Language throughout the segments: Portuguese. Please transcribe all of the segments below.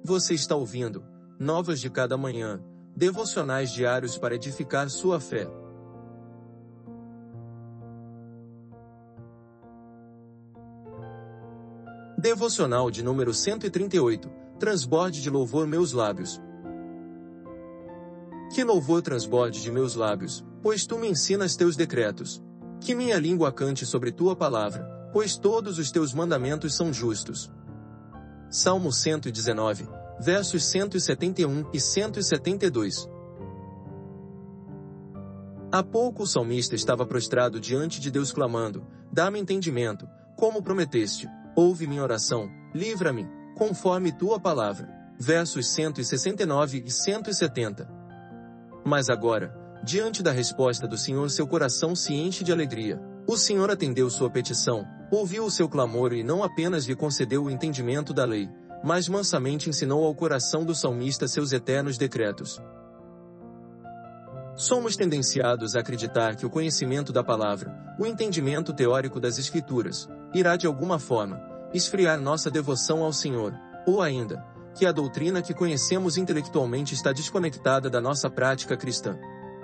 Você está ouvindo Novas de Cada Manhã, devocionais diários para edificar sua fé. Devocional de número 138, transborde de louvor meus lábios. Que louvor transborde de meus lábios, pois tu me ensinas teus decretos. Que minha língua cante sobre tua palavra, pois todos os teus mandamentos são justos. Salmo 119, versos 171 e 172. Há pouco o salmista estava prostrado diante de Deus clamando: dá-me entendimento, como prometeste, ouve minha oração, livra-me, conforme tua palavra. Versos 169 e 170. Mas agora, diante da resposta do Senhor, seu coração se enche de alegria. O Senhor atendeu sua petição, ouviu o seu clamor e não apenas lhe concedeu o entendimento da lei, mas mansamente ensinou ao coração do salmista seus eternos decretos. Somos tendenciados a acreditar que o conhecimento da palavra, o entendimento teórico das Escrituras, irá de alguma forma esfriar nossa devoção ao Senhor, ou ainda, que a doutrina que conhecemos intelectualmente está desconectada da nossa prática cristã.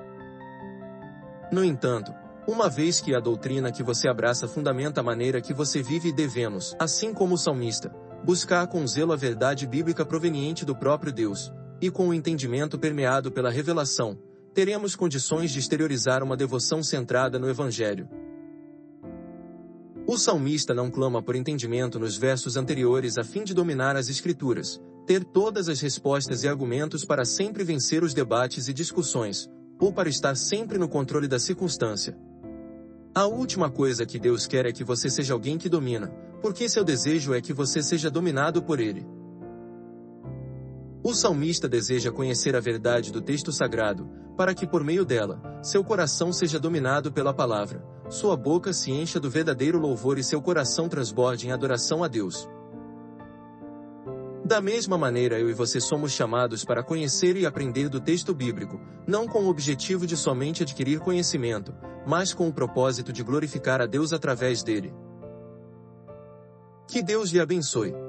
No entanto, uma vez que a doutrina que você abraça fundamenta a maneira que você vive, devemos, assim como o salmista, buscar com zelo a verdade bíblica proveniente do próprio Deus, e com o entendimento permeado pela revelação, teremos condições de exteriorizar uma devoção centrada no Evangelho. O salmista não clama por entendimento nos versos anteriores a fim de dominar as Escrituras, ter todas as respostas e argumentos para sempre vencer os debates e discussões, ou para estar sempre no controle da circunstância. A última coisa que Deus quer é que você seja alguém que domina, porque seu desejo é que você seja dominado por Ele. O salmista deseja conhecer a verdade do texto sagrado, para que por meio dela, seu coração seja dominado pela palavra, sua boca se encha do verdadeiro louvor e seu coração transborde em adoração a Deus. Da mesma maneira, eu e você somos chamados para conhecer e aprender do texto bíblico, não com o objetivo de somente adquirir conhecimento, mas com o propósito de glorificar a Deus através dele. Que Deus lhe abençoe.